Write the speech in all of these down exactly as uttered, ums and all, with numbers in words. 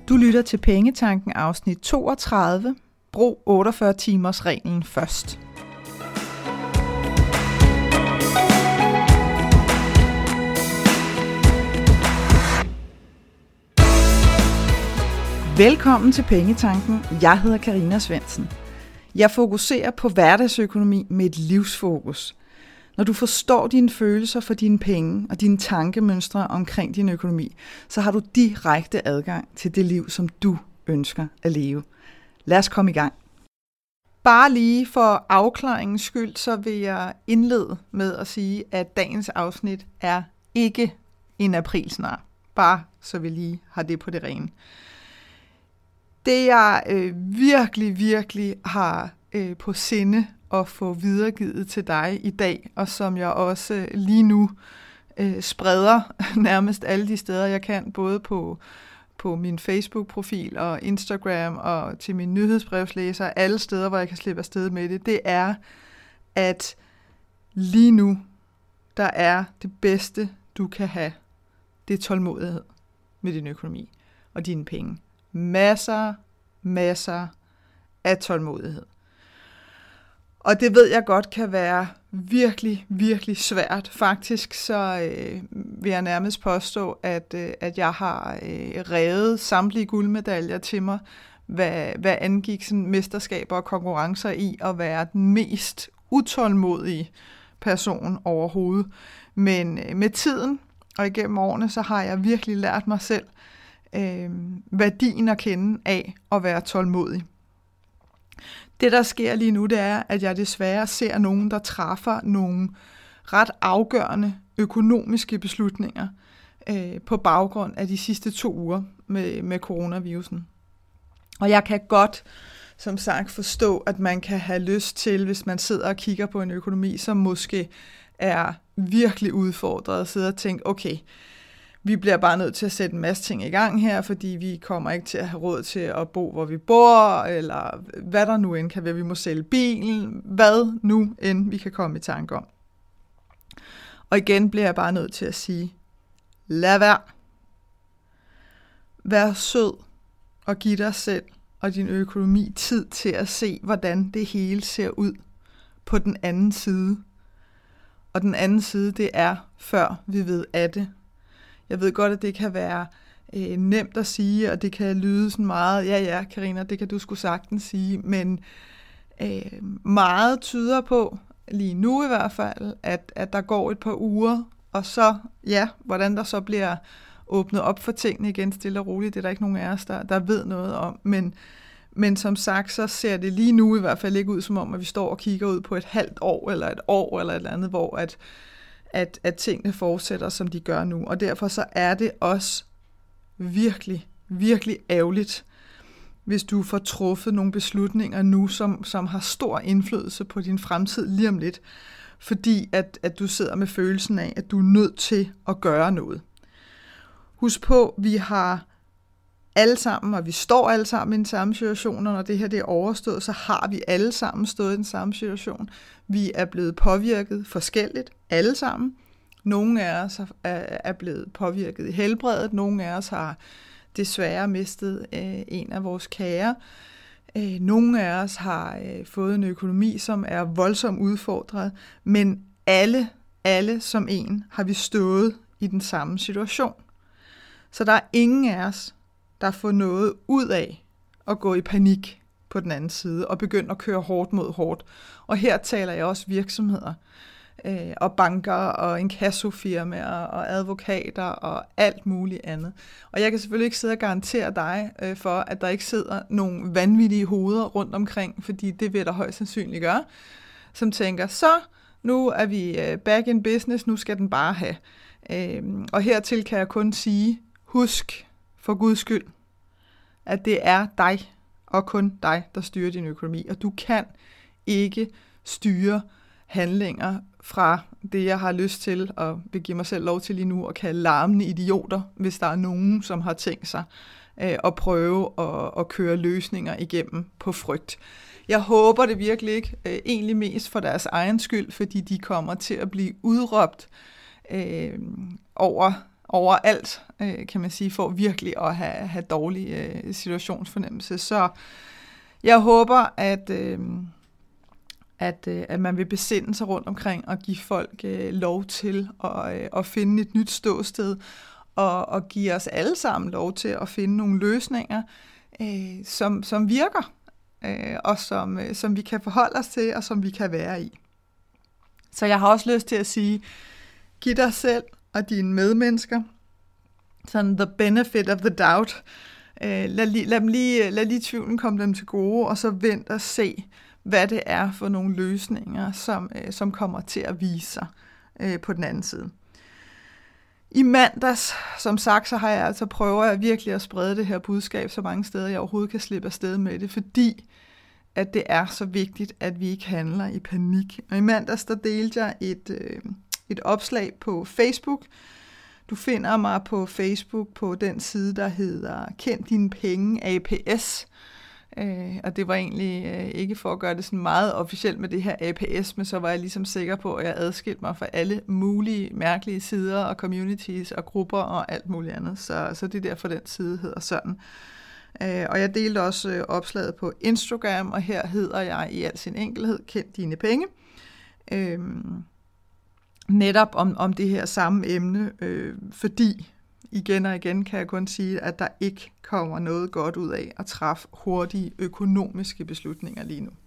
Du lytter til Pengetanken afsnit toogtredive. Brug otteogfyrre timers reglen først. Velkommen til Pengetanken. Jeg hedder Karina Svendsen. Jeg fokuserer på hverdagsøkonomi med et livsfokus. Når du forstår dine følelser for dine penge og dine tankemønstre omkring din økonomi, så har du direkte adgang til det liv, som du ønsker at leve. Lad os komme i gang. Bare lige for afklaringens skyld, så vil jeg indlede med at sige, at dagens afsnit er ikke en aprilsnar. Bare så vi lige har det på det rene. Det jeg øh, virkelig, virkelig har øh, på sinde at få videregivet til dig i dag, og som jeg også øh, lige nu øh, spreder nærmest alle de steder, jeg kan, både på, på min Facebook-profil og Instagram og til mine nyhedsbrevslæser, alle steder, hvor jeg kan slippe afsted med det, det er, at lige nu, der er det bedste, du kan have, det er tålmodighed med din økonomi og dine penge. Masser, masser af tålmodighed. Og det ved jeg godt kan være virkelig, virkelig svært. Faktisk så øh, vil jeg nærmest påstå, at, øh, at jeg har øh, revet samtlige guldmedaljer til mig, hvad, hvad angik sådan mesterskaber og konkurrencer i at være den mest utålmodige person overhovedet. Men øh, med tiden og igennem årene, så har jeg virkelig lært mig selv øh, værdien at kende af at være tålmodig. Det, der sker lige nu, det er, at jeg desværre ser nogen, der træffer nogle ret afgørende økonomiske beslutninger øh, på baggrund af de sidste to uger med, med coronavirusen. Og jeg kan godt, som sagt, forstå, at man kan have lyst til, hvis man sidder og kigger på en økonomi, som måske er virkelig udfordret, og sidder og tænker, okay, vi bliver bare nødt til at sætte en masse ting i gang her, fordi vi kommer ikke til at have råd til at bo, hvor vi bor, eller hvad der nu end kan være. Vi må sælge bilen, hvad nu end vi kan komme i tanke om. Og igen bliver jeg bare nødt til at sige, lad være. Vær sød og giv dig selv og din økonomi tid til at se, hvordan det hele ser ud på den anden side. Og den anden side, det er, før vi ved af det. Jeg ved godt, at det kan være øh, nemt at sige, og det kan lyde sådan meget, ja ja, Karina, det kan du sgu sagtens sige, men øh, meget tyder på, lige nu i hvert fald, at, at der går et par uger, og så, ja, hvordan der så bliver åbnet op for tingene igen stille og roligt, det er der ikke nogen af os, der, der ved noget om, men, men som sagt, så ser det lige nu i hvert fald ikke ud som om, at vi står og kigger ud på et halvt år, eller et år, eller et eller andet, hvor at At, at tingene fortsætter, som de gør nu. Og derfor så er det også virkelig, virkelig ærgerligt, hvis du får truffet nogle beslutninger nu, som, som har stor indflydelse på din fremtid lige om lidt, fordi at, at du sidder med følelsen af, at du er nødt til at gøre noget. Husk på, vi har alle sammen, og vi står alle sammen i den samme situation, og når det her det er overstået, så har vi alle sammen stået i den samme situation. Vi er blevet påvirket forskelligt, alle sammen. Nogle af os er blevet påvirket i helbredet, nogle af os har desværre mistet en af vores kære. Nogle af os har fået en økonomi, som er voldsomt udfordret, men alle, alle som en har vi stået i den samme situation. Så der er ingen af os, der får noget ud af at gå i panik på den anden side og begynde at køre hårdt mod hårdt. Og her taler jeg også virksomheder øh, og banker og inkassofirmaer og advokater og alt muligt andet. Og jeg kan selvfølgelig ikke sidde og garantere dig øh, for, at der ikke sidder nogle vanvittige hoveder rundt omkring, fordi det vil der højst sandsynligt gøre, som tænker, så nu er vi øh, back in business, nu skal den bare have. Øh, og hertil kan jeg kun sige, husk for Guds skyld, at det er dig og kun dig, der styrer din økonomi, og du kan ikke styre handlinger fra det, jeg har lyst til, og vil give mig selv lov til lige nu, at kalde larmende idioter, hvis der er nogen, som har tænkt sig øh, at prøve at, at køre løsninger igennem på frygt. Jeg håber det virkelig ikke, øh, egentlig mest for deres egen skyld, fordi de kommer til at blive udråbt øh, over overalt, øh, kan man sige, for virkelig at have, have dårlig øh, situationsfornemmelse. Så jeg håber, at, øh, at, øh, at man vil besinde sig rundt omkring og give folk øh, lov til at, øh, at finde et nyt ståsted, og, og give os alle sammen lov til at finde nogle løsninger, øh, som, som virker, øh, og som, øh, som vi kan forholde os til, og som vi kan være i. Så jeg har også lyst til at sige, giv dig selv og dine medmennesker sådan the benefit of the doubt. Øh, lad, lad, dem lige, lad lige tvivlen komme dem til gode, og så vent og se, hvad det er for nogle løsninger, som, øh, som kommer til at vise sig øh, på den anden side. I mandags, som sagt, så har jeg altså prøver jeg virkelig at sprede det her budskab så mange steder, jeg overhovedet kan slippe afsted med det, fordi at det er så vigtigt, at vi ikke handler i panik. Og i mandags, der delte jeg et, øh, et opslag på Facebook. Du finder mig på Facebook på den side, der hedder Kend dine penge A P S. Øh, og det var egentlig øh, ikke for at gøre det sådan meget officielt med det her A P S, men så var jeg ligesom sikker på, at jeg adskilte mig fra alle mulige mærkelige sider og communities og grupper og alt muligt andet. Så, så det er derfor, den side hedder sådan. Øh, og jeg delte også øh, opslaget på Instagram, og her hedder jeg i al sin enkelhed Kend dine penge. Øh, netop om, om det her samme emne, øh, fordi igen og igen kan jeg kun sige, at der ikke kommer noget godt ud af at træffe hurtige økonomiske beslutninger lige nu.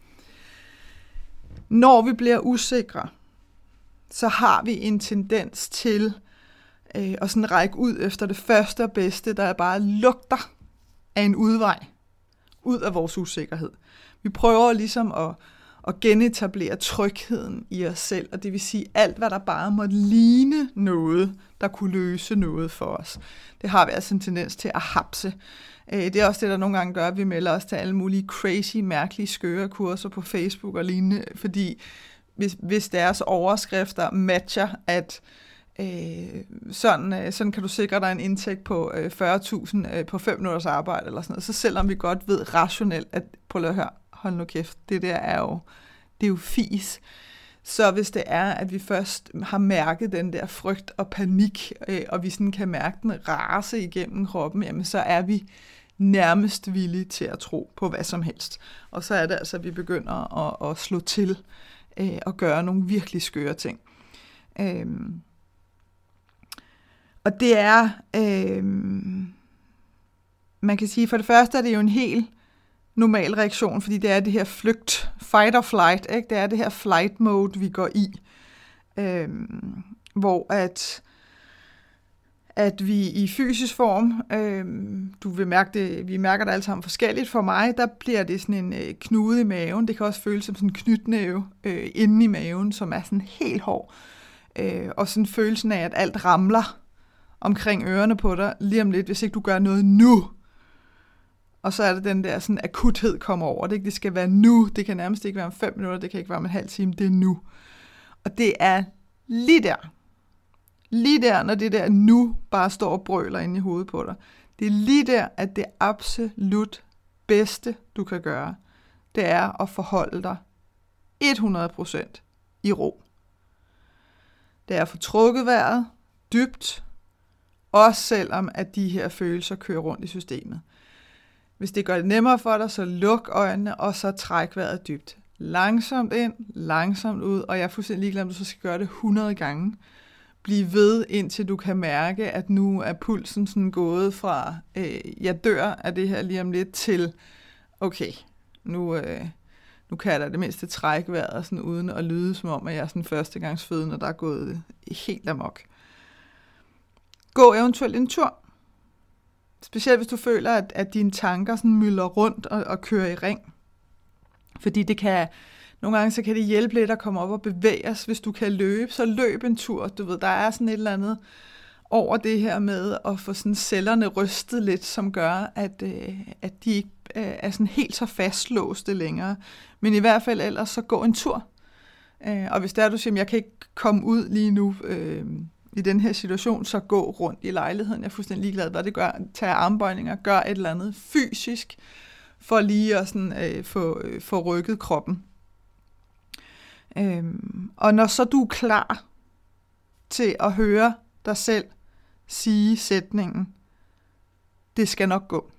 Når vi bliver usikre, så har vi en tendens til øh, at sådan række ud efter det første og bedste, der bare lugter af en udvej ud af vores usikkerhed. Vi prøver ligesom at, at genetablere trygheden i os selv, og det vil sige alt, hvad der bare måtte ligne noget, der kunne løse noget for os. Det har vi altså en tendens til at hapse. Det er også det, der nogle gange gør, at vi melder os til alle mulige crazy, mærkelige, skøre kurser på Facebook og lignende, fordi hvis, hvis deres overskrifter matcher, at øh, sådan, øh, sådan kan du sikre dig en indtægt på øh, fyrre tusind øh, på fem minutters arbejde, eller sådan noget, så selvom vi godt ved rationelt, at prøv at høre, hold nu kæft, det der er jo, det er jo fis. Så hvis det er, at vi først har mærket den der frygt og panik, øh, og vi sådan kan mærke den rase igennem kroppen, jamen så er vi nærmest villige til at tro på hvad som helst. Og så er det altså, at vi begynder at, at slå til øh, og gøre nogle virkelig skøre ting. Øhm. Og det er, øh, man kan sige, for det første er det jo en helt normal reaktion, fordi det er det her flygt, fight or flight, ikke? Det er det her flight mode, vi går i, øhm, hvor at, at vi i fysisk form, øhm, du vil mærke det, vi mærker det alle sammen forskelligt. For mig, der bliver det sådan en øh, knude i maven. Det kan også føles som sådan en knytnæve øh, inde i maven, som er sådan helt hård. Øh, og sådan følelsen af, at alt ramler omkring ørerne på dig lige om lidt, hvis ikke du gør noget nu. Og så er det den der sådan akuthed kommer over. Det, det skal være nu. Det kan nærmest ikke være om fem minutter. Det kan ikke være om en halv time. Det er nu. Og det er lige der. Lige der, når det der nu bare står og brøler inde i hovedet på dig. Det er lige der, at det absolut bedste, du kan gøre, det er at forholde dig hundrede procent i ro. Det er at få trukket vejret dybt, også selvom at de her følelser kører rundt i systemet. Hvis det gør det nemmere for dig, så luk øjnene, og så træk vejret dybt. Langsomt ind, langsomt ud, og jeg er fuldstændig ligeglad, om du så skal gøre det hundrede gange. Bliv ved, indtil du kan mærke, at nu er pulsen sådan gået fra, øh, jeg dør af det her lige om lidt, til, okay, nu, øh, nu kan jeg da det mindste trække vejret, sådan, uden at lyde som om, at jeg er sådan førstegangsfødende, og der er gået helt amok. Gå eventuelt en tur. Specielt hvis du føler, at, at dine tanker sådan mylder rundt og, og kører i ring. Fordi det kan, nogle gange så kan det hjælpe lidt at komme op og bevæge os. Hvis du kan løbe, så løb en tur. Du ved, der er sådan et eller andet over det her med at få sådan cellerne rystet lidt, som gør, at, øh, at de ikke øh, er sådan helt så fastlåste længere. Men i hvert fald ellers så gå en tur. Øh, og hvis der er, du siger, at jeg kan ikke komme ud lige nu, øh, i den her situation, så gå rundt i lejligheden. Jeg er fuldstændig ligeglad, hvad det gør. Tag armbøjninger, gør et eller andet fysisk, for lige at sådan, øh, få, øh, få rykket kroppen. Øhm, og når så du er klar til at høre dig selv sige sætningen, det skal nok gå.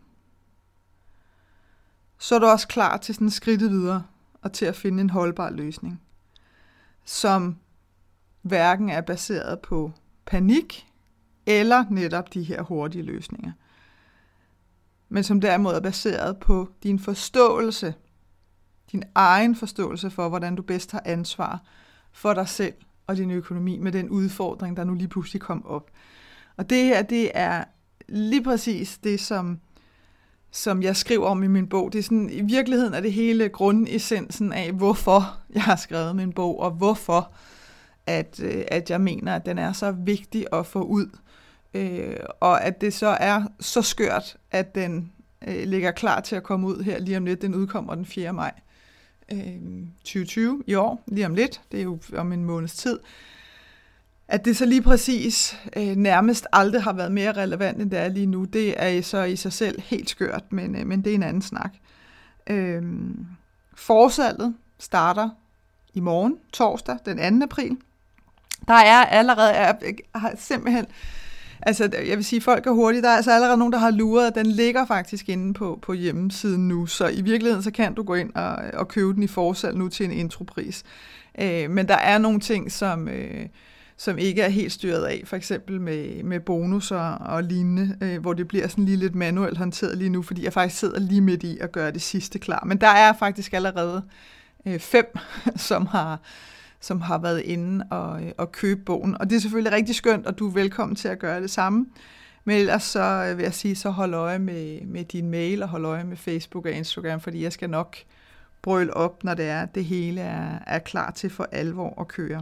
Så er du også klar til sådan skridtet videre, og til at finde en holdbar løsning, som hverken er baseret på panik, eller netop de her hurtige løsninger, men som derimod er baseret på din forståelse, din egen forståelse for, hvordan du bedst har ansvar for dig selv og din økonomi med den udfordring, der nu lige pludselig kom op. Og det her, det er lige præcis det, som, som jeg skriver om i min bog. Det er sådan, i virkeligheden er det hele grundessensen af, hvorfor jeg har skrevet min bog, og hvorfor at, at jeg mener, at den er så vigtig at få ud. Øh, og at det så er så skørt, at den øh, ligger klar til at komme ud her lige om lidt. Den udkommer den fjerde maj øh, tyve tyve i år, lige om lidt. Det er jo om en måneds tid. At det så lige præcis øh, nærmest aldrig har været mere relevant, end det er lige nu, det er så i sig selv helt skørt, men, øh, men det er en anden snak. Øh, forsalget starter i morgen, torsdag, den anden april. Der er allerede, jeg har simpelthen, altså jeg vil sige, folk er hurtige, der er altså allerede nogen, der har luret, den ligger faktisk inde på, på hjemmesiden nu, så i virkeligheden, så kan du gå ind og, og købe den i forsalg nu til en intropris. Øh, men der er nogle ting, som, øh, som ikke er helt styret af, for eksempel med, med bonusser og lignende, øh, hvor det bliver sådan lige lidt manuelt håndteret lige nu, fordi jeg faktisk sidder lige midt i at gøre det sidste klar. Men der er faktisk allerede øh, fem, som har... som har været inde og, og købe bogen. Og det er selvfølgelig rigtig skønt, og du er velkommen til at gøre det samme. Men ellers så vil jeg sige, så hold øje med, med din mail, og hold øje med Facebook og Instagram, fordi jeg skal nok brøle op, når det er, det hele er, er klar til for alvor at køre.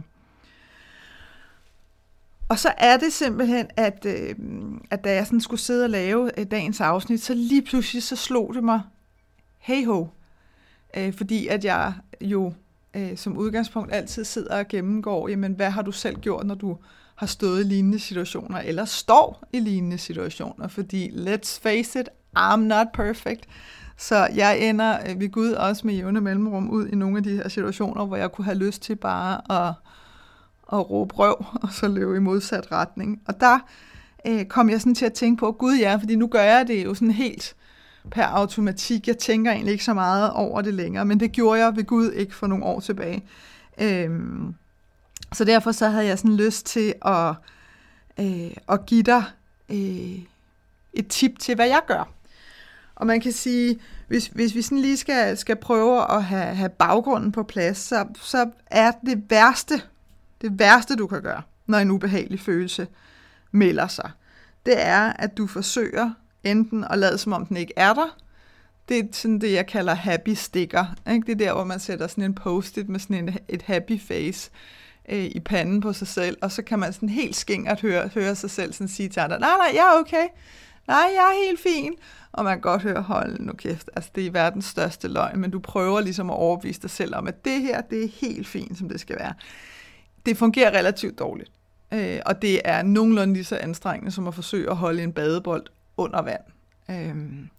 Og så er det simpelthen, at, øh, at da jeg sådan skulle sidde og lave dagens afsnit, så lige pludselig så slog det mig, hey ho, øh, fordi at jeg jo som udgangspunkt altid sidder og gennemgår, jamen hvad har du selv gjort, når du har stået i lignende situationer, eller står i lignende situationer, fordi let's face it, I'm not perfect. Så jeg ender ved Gud også med jævne mellemrum ud i nogle af de her situationer, hvor jeg kunne have lyst til bare at, at råbe røv, og så løbe i modsat retning. Og der øh, kom jeg sådan til at tænke på, Gud ja, fordi nu gør jeg det jo sådan helt per automatik. Jeg tænker egentlig ikke så meget over det længere, men det gjorde jeg ved Gud ikke for nogle år tilbage. Øhm, så derfor så havde jeg sådan lyst til at, øh, at give dig øh, et tip til, hvad jeg gør. Og man kan sige, hvis, hvis vi sådan lige skal, skal prøve at have, have baggrunden på plads, så, så er det værste, det værste du kan gøre, når en ubehagelig følelse melder sig, det er, at du forsøger enten at lade som om den ikke er der. Det er sådan det, jeg kalder happy sticker. Ikke? Det er der, hvor man sætter sådan en post-it med sådan en, et happy face øh, i panden på sig selv, og så kan man sådan helt skingert høre, høre sig selv sådan sige til andre, nej, nej, jeg er okay. Nej, jeg er helt fin. Og man kan godt høre, hold nu kæft, altså det er verdens største løgn, men du prøver ligesom at overbevise dig selv om, at det her, det er helt fint, som det skal være. Det fungerer relativt dårligt, øh, og det er nogenlunde lige så anstrengende, som at forsøge at holde en badebold under vand. Øhm.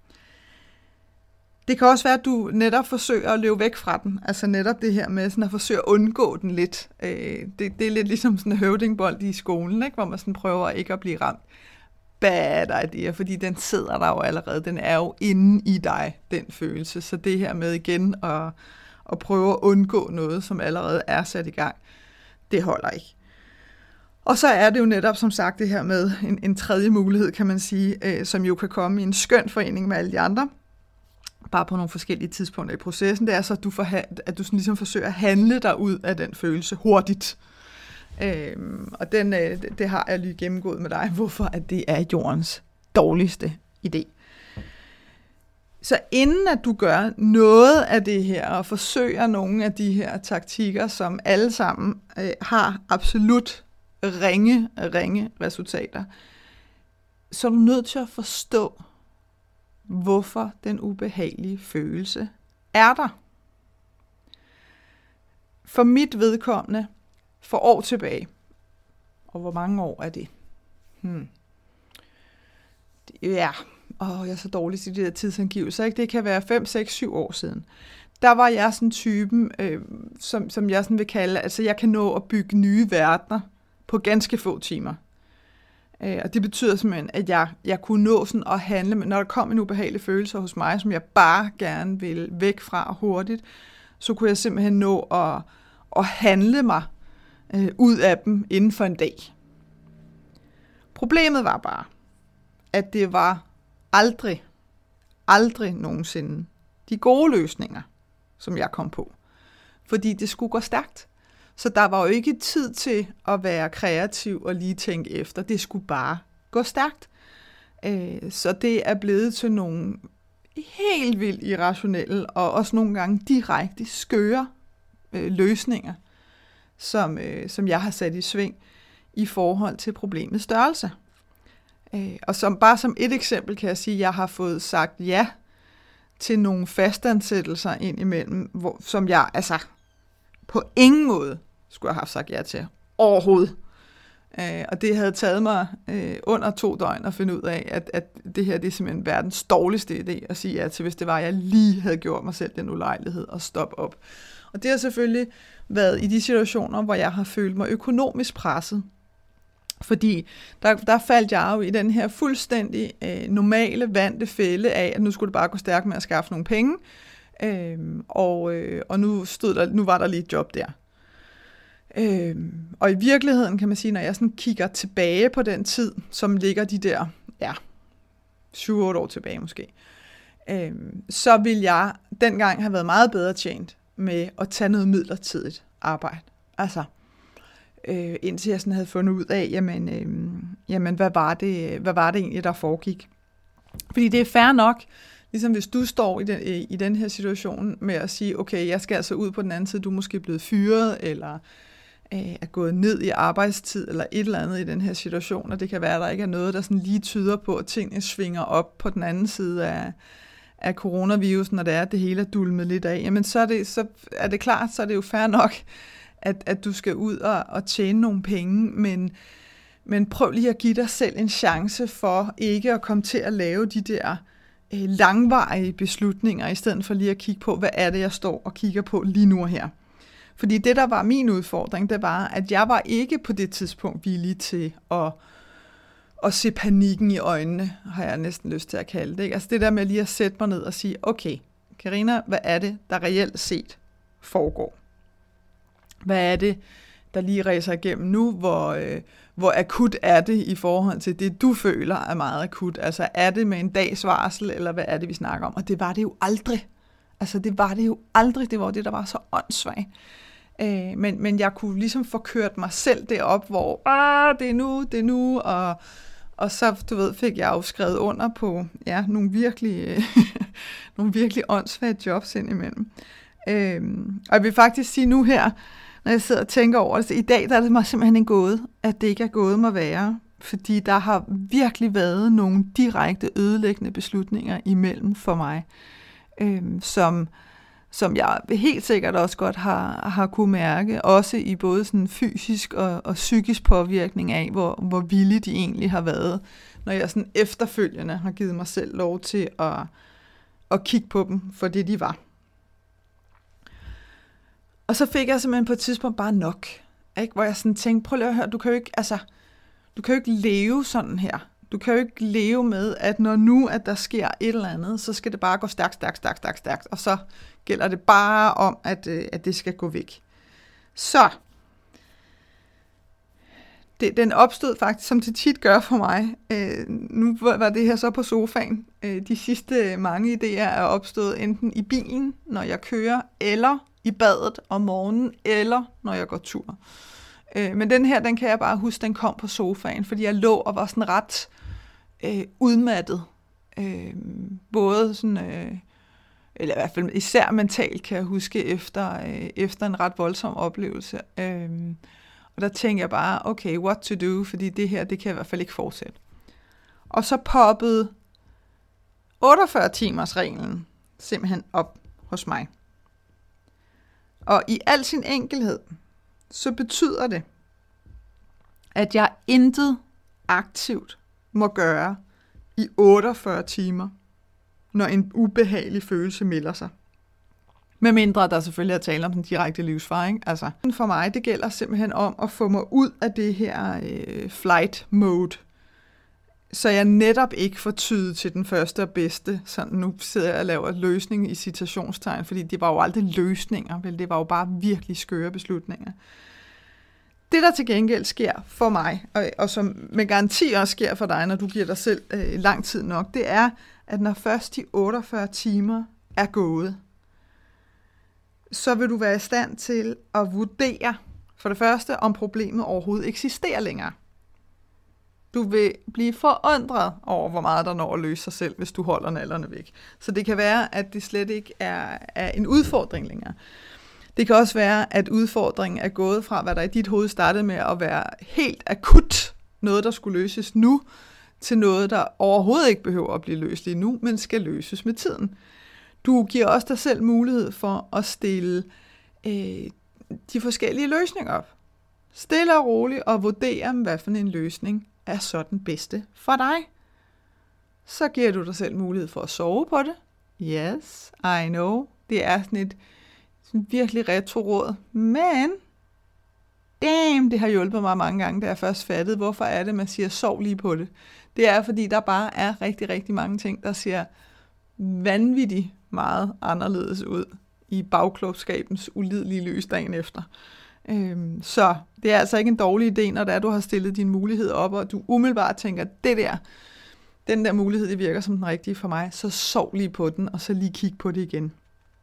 Det kan også være, at du netop forsøger at løbe væk fra den. Altså netop det her med sådan at forsøge at undgå den lidt. Øh, det, det er lidt ligesom sådan en høvdingbold i skolen, ikke? Hvor man sådan prøver ikke at blive ramt. Bad idea, fordi den sidder der jo allerede. Den er jo inde i dig, den følelse. Så det her med igen at, at prøve at undgå noget, som allerede er sat i gang, det holder ikke. Og så er det jo netop, som sagt, det her med en, en tredje mulighed, kan man sige, øh, som jo kan komme i en skøn forening med alle de andre, bare på nogle forskellige tidspunkter i processen. Det er så, at du, forha- at du sådan ligesom forsøger at handle dig ud af den følelse hurtigt. Øhm, og den, øh, det har jeg lige gennemgået med dig, hvorfor at det er jordens dårligste idé. Så inden at du gør noget af det her, og forsøger nogle af de her taktikker, som alle sammen øh, har absolut ringe, ringe resultater, så er du nødt til at forstå, hvorfor den ubehagelige følelse er der. For mit vedkommende, for år tilbage, og hvor mange år er det? Hmm. Ja, åh, jeg er så dårlig til de der tidsangivelser, ikke? Det kan være fem, seks, syv år siden. Der var jeg sådan typen, øh, som, som jeg sådan vil kalde, altså jeg kan nå at bygge nye verdener på ganske få timer. Øh, og det betyder simpelthen, at jeg, jeg kunne nå sådan at handle, når der kom en ubehagelig følelse hos mig, som jeg bare gerne ville væk fra hurtigt, så kunne jeg simpelthen nå at, at handle mig øh, ud af dem inden for en dag. Problemet var bare, at det var aldrig, aldrig nogensinde de gode løsninger, som jeg kom på. Fordi det skulle gå stærkt. Så der var jo ikke tid til at være kreativ og lige tænke efter. Det skulle bare gå stærkt. Så det er blevet til nogle helt vildt irrationelle og også nogle gange direkte skøre løsninger, som, som jeg har sat i sving i forhold til problemets størrelse. Og som, bare som et eksempel kan jeg sige, at jeg har fået sagt ja til nogle fastansættelser indimellem, hvor, som jeg altså på ingen måde skulle have haft sagt ja til overhovedet. Øh, og det havde taget mig øh, under to døgn at finde ud af, at, at det her det er simpelthen verdens dårligste idé at sige ja til, hvis det var, at jeg lige havde gjort mig selv den ulejlighed at stoppe op. Og det har selvfølgelig været i de situationer, hvor jeg har følt mig økonomisk presset. Fordi der, der faldt jeg jo i den her fuldstændig øh, normale, vante fælde af, at nu skulle det bare gå stærkt med at skaffe nogle penge. Øh, og øh, og nu, stod der, nu var der lige et job der. Øh, og i virkeligheden kan man sige, når jeg sådan kigger tilbage på den tid, som ligger de der ja, syv otte år tilbage måske, øh, så vil jeg dengang have været meget bedre tjent med at tage noget midlertidigt arbejde. Altså, øh, indtil jeg sådan havde fundet ud af, jamen, øh, jamen hvad, var det, hvad var det egentlig, der foregik. Fordi det er fair nok, ligesom hvis du står i den, i den her situation med at sige, okay, jeg skal altså ud på den anden side, du er måske blevet fyret, eller øh, er gået ned i arbejdstid, eller et eller andet i den her situation, og det kan være, at der ikke er noget, der sådan lige tyder på, at tingene svinger op på den anden side af, af coronavirusen, når det er, at det hele er dulmet lidt af, jamen så er det, så er det klart, så er det jo fair nok, at, at du skal ud og, og tjene nogle penge, men, men prøv lige at give dig selv en chance for ikke at komme til at lave de der øh, langvarige beslutninger, i stedet for lige at kigge på, hvad er det, jeg står og kigger på lige nu og her. Fordi det, der var min udfordring, det var, at jeg var ikke på det tidspunkt villig til at, at se panikken i øjnene, har jeg næsten lyst til at kalde det. Ikke? Altså det der med lige at sætte mig ned og sige, okay, Karina, hvad er det, der reelt set foregår? Hvad er det, der lige ræser igennem nu? Hvor, øh, hvor akut er det i forhold til det, du føler er meget akut? Altså er det med en dags varsel, eller hvad er det, vi snakker om? Og det var det jo aldrig. Altså det var det jo aldrig. Det var det, der var så åndssvagt. Øh, men, men jeg kunne ligesom få kørt mig selv derop, hvor ah, det er nu, det er nu, og, og så, du ved, fik jeg jo skrevet under på ja, nogle virkelig, nogle virkelig åndssvage jobs indimellem. Øh, og jeg vil faktisk sige nu her, når jeg sidder og tænker over det, i dag der er det mig simpelthen en gåde, at det ikke er gået mig værre, fordi der har virkelig været nogle direkte ødelæggende beslutninger imellem for mig, øh, som som jeg helt sikkert også godt har, har kunne mærke, også i både sådan fysisk og, og psykisk påvirkning af, hvor, hvor villige de egentlig har været, når jeg sådan efterfølgende har givet mig selv lov til at, at kigge på dem for det, de var. Og så fik jeg simpelthen på et tidspunkt bare nok, ikke? Hvor jeg sådan tænkte, prøv lige at høre, du kan jo ikke, altså, du kan jo ikke leve sådan her. Du kan jo ikke leve med, at når nu, at der sker et eller andet, så skal det bare gå stærkt, stærkt, stærkt, stærkt, stærkt, og så gælder det bare om, at, at det skal gå væk. Så, det, den opstod faktisk, som det tit gør for mig. Øh, nu var det her så på sofaen. Øh, de sidste mange idéer er opstået enten i bilen, når jeg kører, eller i badet om morgenen, eller når jeg går tur. Øh, men den her, den kan jeg bare huske, den kom på sofaen, fordi jeg lå og var sådan ret øh, udmattet. Øh, både sådan, øh, eller i hvert fald især mentalt, kan jeg huske, efter, øh, efter en ret voldsom oplevelse. Øh, og der tænkte jeg bare, okay, what to do, fordi det her, det kan jeg i hvert fald ikke fortsætte. Og så poppede otteogfyrre timers reglen simpelthen op hos mig. Og i al sin enkelhed, så betyder det, at jeg intet aktivt må gøre i otteogfyrre timer, når en ubehagelig følelse melder sig. Med mindre der selvfølgelig er tale om den direkte livsfare, ikke? Altså, for mig, det gælder simpelthen om at få mig ud af det her øh, flight mode, så jeg netop ikke får tydet til den første og bedste. Sådan nu sidder jeg og laver løsning i citationstegn, fordi det var jo aldrig løsninger, vel? Det var jo bare virkelig skøre beslutninger. Det, der til gengæld sker for mig, og, og som med garanti også sker for dig, når du giver dig selv øh, lang tid nok, det er, at når først de otteogfyrre timer er gået, så vil du være i stand til at vurdere, for det første, om problemet overhovedet eksisterer længere. Du vil blive forundret over, hvor meget der når at løse sig selv, hvis du holder nallerne væk. Så det kan være, at det slet ikke er, er en udfordring længere. Det kan også være, at udfordringen er gået fra, hvad der i dit hoved startede med at være helt akut, noget der skulle løses nu, til noget, der overhovedet ikke behøver at blive løst lige nu, men skal løses med tiden. Du giver også dig selv mulighed for at stille øh, de forskellige løsninger op. Stille og roligt og vurdere, hvad for en løsning er så den bedste for dig. Så giver du dig selv mulighed for at sove på det. Yes, I know. Det er sådan et sådan virkelig retro-råd. Men, damn, det har hjulpet mig mange gange, da jeg først fattede, hvorfor er det, man siger, sov lige på det. Det er, fordi der bare er rigtig, rigtig mange ting, der ser vanvittigt meget anderledes ud i bagklogskabens ulidelige lys dagen efter. Øhm, så det er altså ikke en dårlig idé, når det er, du har stillet din mulighed op, og du umiddelbart tænker, det der, den der mulighed, det virker som den rigtige for mig, så sov lige på den, og så lige kig på det igen.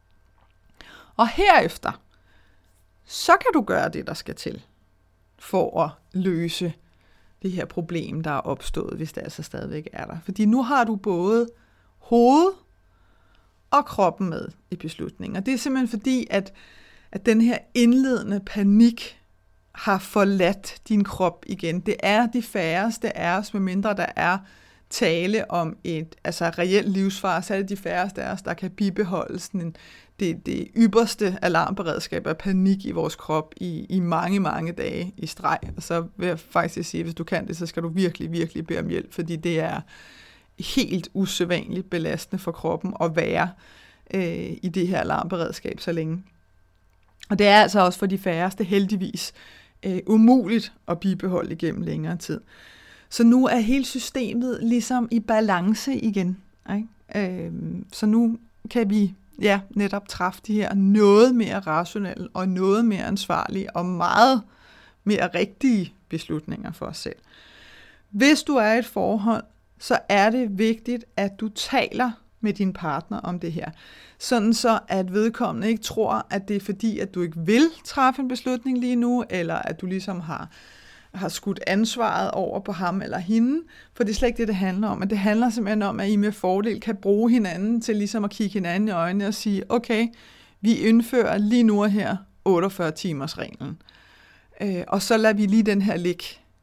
Og herefter, så kan du gøre det, der skal til, for at løse det her problem, der er opstået, hvis det altså stadigvæk er der. Fordi nu har du både hoved og kroppen med i beslutningen. Og det er simpelthen fordi, at, at den her indledende panik har forladt din krop igen. Det er de færreste af os, medmindre der er tale om et altså reelt livsfare, så er det de færreste af os, der kan bibeholde sådan det, det ypperste alarmberedskab af panik i vores krop i, i mange, mange dage i streg. Og så vil jeg faktisk sige, at hvis du kan det, så skal du virkelig, virkelig bede om hjælp, fordi det er helt usædvanligt belastende for kroppen at være øh, i det her alarmberedskab så længe. Og det er altså også for de færreste heldigvis øh, umuligt at bibeholde igennem længere tid. Så nu er hele systemet ligesom i balance igen. Ikke? Øh, så nu kan vi ja, netop træffe de her noget mere rationelle og noget mere ansvarlige og meget mere rigtige beslutninger for os selv. Hvis du er i et forhold, så er det vigtigt, at du taler med din partner om det her. Sådan så, at vedkommende ikke tror, at det er fordi, at du ikke vil træffe en beslutning lige nu, eller at du ligesom har, har skudt ansvaret over på ham eller hende, for det er slet ikke det, det handler om. Men det handler simpelthen om, at I med fordel kan bruge hinanden til ligesom at kigge hinanden i øjnene og sige, okay, vi indfører lige nu og her otteogfyrre timers reglen. Øh, og så lader vi lige den her ligge.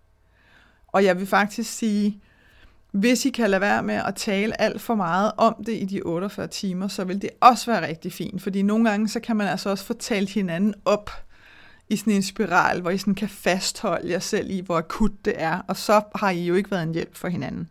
Og jeg vil faktisk sige, hvis I kan lade være med at tale alt for meget om det i de otteogfyrre timer, så vil det også være rigtig fint. Fordi nogle gange, så kan man altså også få talt hinanden op i sådan en spiral, hvor I sådan kan fastholde jer selv i, hvor akut det er. Og så har I jo ikke været en hjælp for hinanden.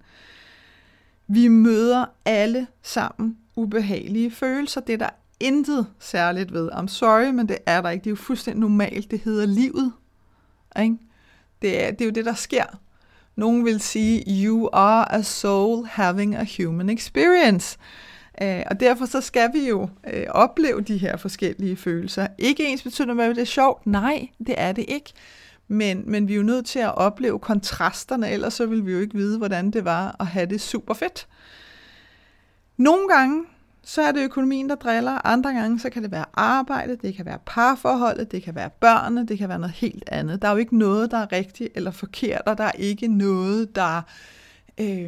Vi møder alle sammen ubehagelige følelser. Det er der intet særligt ved. I'm sorry, men det er der ikke. Det er jo fuldstændig normalt. Det hedder livet. Ikke? Det er, det er jo det, der sker. Nogen vil sige, you are a soul having a human experience. Uh, og derfor så skal vi jo uh, opleve de her forskellige følelser. Ikke ens betydende med, at det er sjovt. Nej, det er det ikke. Men, men vi er jo nødt til at opleve kontrasterne, ellers så vil vi jo ikke vide, hvordan det var at have det super fedt. Nogle gange, så er det økonomien, der driller. Andre gange, så kan det være arbejdet, det kan være parforholdet, det kan være børnene, det kan være noget helt andet. Der er jo ikke noget, der er rigtigt eller forkert, og der er ikke noget, der, øh,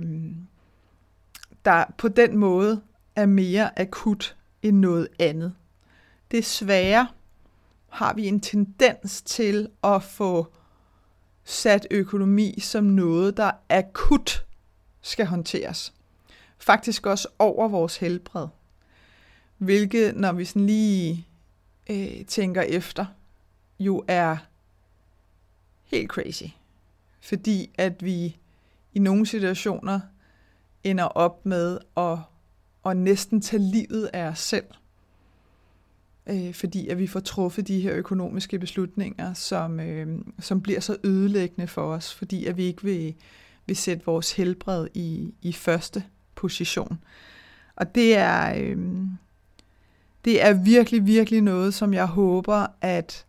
der på den måde er mere akut end noget andet. Desværre har vi en tendens til at få sat økonomi som noget, der akut skal håndteres. Faktisk også over vores helbred. Hvilket, når vi sådan lige øh, tænker efter, jo er helt crazy. Fordi at vi i nogle situationer ender op med at, at næsten tage livet af os selv. Øh, fordi at vi får truffet de her økonomiske beslutninger, som, øh, som bliver så ødelæggende for os. Fordi at vi ikke vil, vil sætte vores helbred i, i første position. Og det er, øh, det er virkelig, virkelig noget, som jeg håber, at,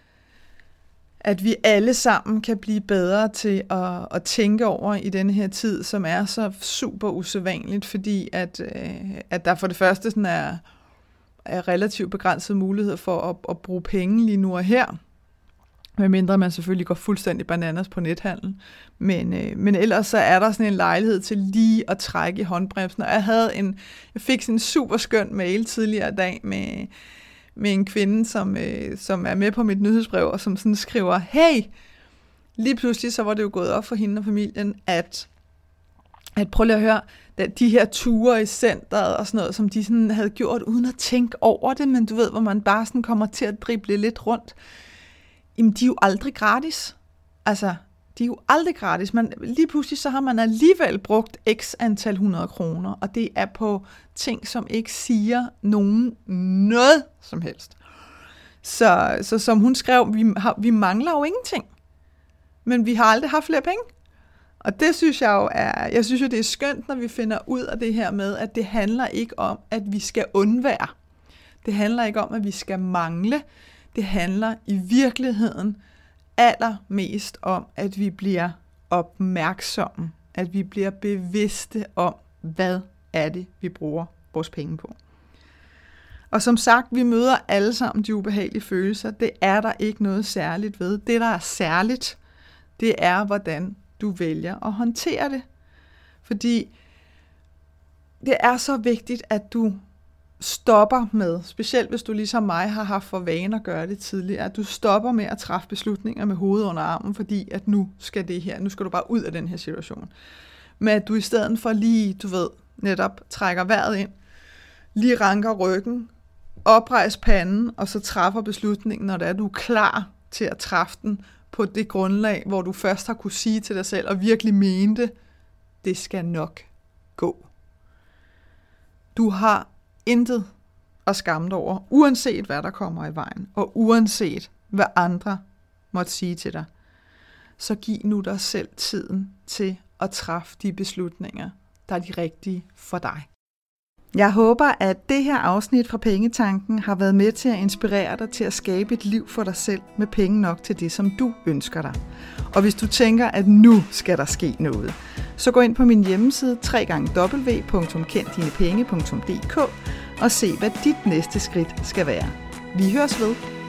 at vi alle sammen kan blive bedre til at, at tænke over i denne her tid, som er så super usædvanligt, fordi at, øh, at der for det første sådan er, er relativt begrænsede muligheder for at, at bruge penge lige nu og her. Medmindre man selvfølgelig går fuldstændig bananas på nethandel. Men, øh, men ellers så er der sådan en lejlighed til lige at trække i håndbremsen. Og jeg, havde en, jeg fik sådan en super skøn mail tidligere i dag med, med en kvinde, som, øh, som er med på mit nyhedsbrev, og som sådan skriver, hey, lige pludselig så var det jo gået op for hende og familien, at, at prøv lige at høre, de her ture i centret og sådan noget, som de sådan havde gjort uden at tænke over det, men du ved, hvor man bare sådan kommer til at drible lidt rundt. Jamen, de er jo aldrig gratis. Altså, de er jo aldrig gratis. Man, lige pludselig så har man alligevel brugt x antal hundrede kroner, og det er på ting, som ikke siger nogen noget som helst. Så, så som hun skrev, vi, har, vi mangler jo ingenting, men vi har aldrig haft flere penge. Og det synes jeg jo er, jeg synes jo, det er skønt, når vi finder ud af det her med, at det handler ikke om, at vi skal undvære. Det handler ikke om, at vi skal mangle. Det handler i virkeligheden allermest om, at vi bliver opmærksomme, at vi bliver bevidste om, hvad er det, vi bruger vores penge på. Og som sagt, vi møder alle sammen de ubehagelige følelser. Det er der ikke noget særligt ved. Det, der er særligt, det er, hvordan du vælger at håndtere det. Fordi det er så vigtigt, at du stopper med, specielt hvis du ligesom mig har haft for vane at gøre det tidligere, at du stopper med at træffe beslutninger med hovedet under armen, fordi at nu skal det her, nu skal du bare ud af den her situation. Men at du i stedet for lige, du ved, netop trækker vejret ind, lige ranker ryggen, oprejser panden, og så træffer beslutningen, når det er, du er klar til at træffe den på det grundlag, hvor du først har kunne sige til dig selv, og virkelig mente, det skal nok gå. Du har intet at skamme dig over, uanset hvad der kommer i vejen, og uanset hvad andre måtte sige til dig. Så giv nu dig selv tiden til at træffe de beslutninger, der er de rigtige for dig. Jeg håber, at det her afsnit fra Pengetanken har været med til at inspirere dig til at skabe et liv for dig selv med penge nok til det, som du ønsker dig. Og hvis du tænker, at nu skal der ske noget, så gå ind på min hjemmeside w w w punktum kend dine penge punktum d k og se, hvad dit næste skridt skal være. Vi høres ved.